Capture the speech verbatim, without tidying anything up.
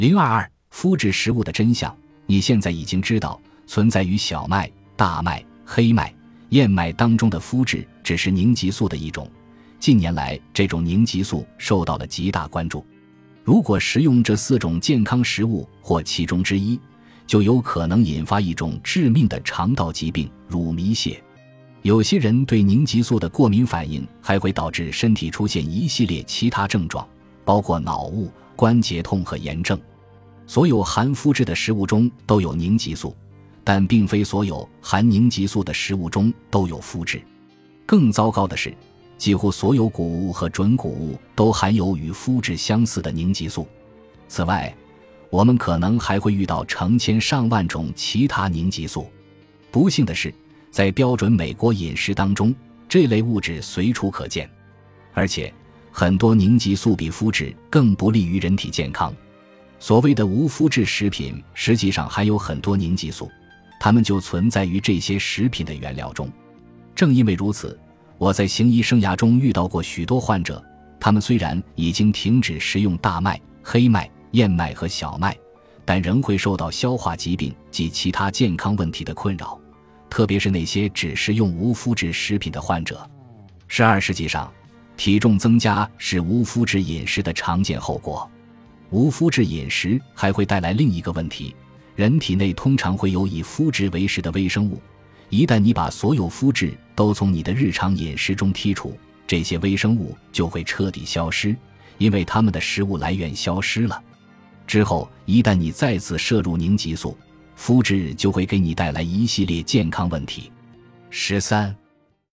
零二二麸质食物的真相。你现在已经知道，存在于小麦、大麦、黑麦、燕麦当中的麸质只是凝集素的一种。近年来，这种凝集素受到了极大关注。如果食用这四种健康食物或其中之一，就有可能引发一种致命的肠道疾病——乳糜泻。有些人对凝集素的过敏反应还会导致身体出现一系列其他症状，包括脑雾、关节痛和炎症。所有含麸质的食物中都有凝集素，但并非所有含凝集素的食物中都有麸质。更糟糕的是，几乎所有谷物和准谷物都含有与麸质相似的凝集素。此外，我们可能还会遇到成千上万种其他凝集素。不幸的是，在标准美国饮食当中，这类物质随处可见，而且很多凝集素比麸质更不利于人体健康。所谓的无麸质食品实际上含有很多凝集素，它们就存在于这些食品的原料中。正因为如此，我在行医生涯中遇到过许多患者，他们虽然已经停止食用大麦、黑麦、燕麦和小麦，但仍会受到消化疾病及其他健康问题的困扰，特别是那些只食用无麸质食品的患者。十二世纪上，体重增加是无麸质饮食的常见后果。无麸质饮食还会带来另一个问题，人体内通常会有以麸质为食的微生物，一旦你把所有麸质都从你的日常饮食中剔除，这些微生物就会彻底消失，因为它们的食物来源消失了。之后，一旦你再次摄入凝集素，麸质就会给你带来一系列健康问题。十三